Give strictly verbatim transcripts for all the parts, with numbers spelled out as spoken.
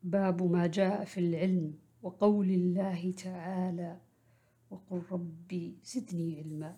باب ما جاء في العلم وقول الله تعالى وقل ربي زدني علما.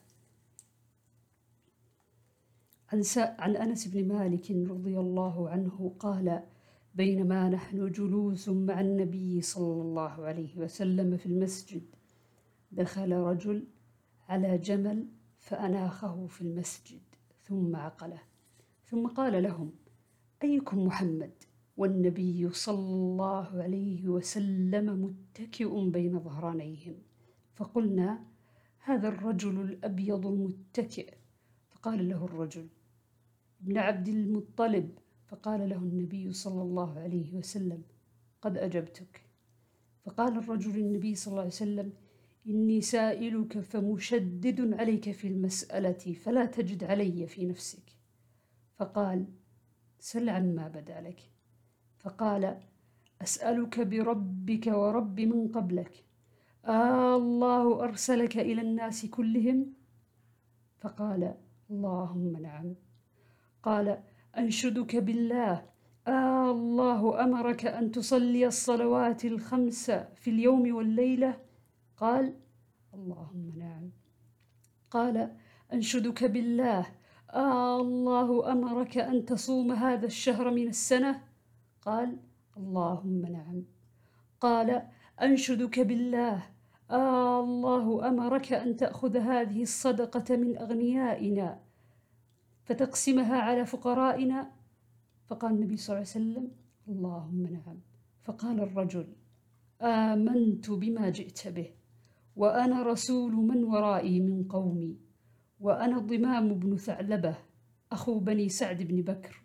عن, عن أنس بن مالك رضي الله عنه قال: بينما نحن جلوس مع النبي صلى الله عليه وسلم في المسجد، دخل رجل على جمل فأناخه في المسجد ثم عقله، ثم قال لهم: أيكم محمد؟ والنبي صلى الله عليه وسلم متكئ بين ظهرانيهم، فقلنا: هذا الرجل الأبيض المتكئ. فقال له الرجل: ابن عبد المطلب. فقال له النبي صلى الله عليه وسلم: قد أجبتك. فقال الرجل النبي صلى الله عليه وسلم: إني سائلك فمشدد عليك في المسألة فلا تجد علي في نفسك. فقال: سل عما بدا لك. فقال: أسألك بربك ورب من قبلك، آه الله أرسلك إلى الناس كلهم؟ فقال: اللهم نعم. قال: أنشدك بالله، آه الله أمرك أن تصلي الصلوات الخمس في اليوم والليلة؟ قال: اللهم نعم. قال: أنشدك بالله، آه الله أمرك أن تصوم هذا الشهر من السنة؟ قال: اللهم نعم. قال: أنشدك بالله، آه الله أمرك أن تأخذ هذه الصدقة من أغنيائنا فتقسمها على فقرائنا؟ فقال النبي صلى الله عليه وسلم: اللهم نعم. فقال الرجل: آمنت بما جئت به، وأنا رسول من ورائي من قومي، وأنا ضمام بن ثعلبة أخو بني سعد بن بكر،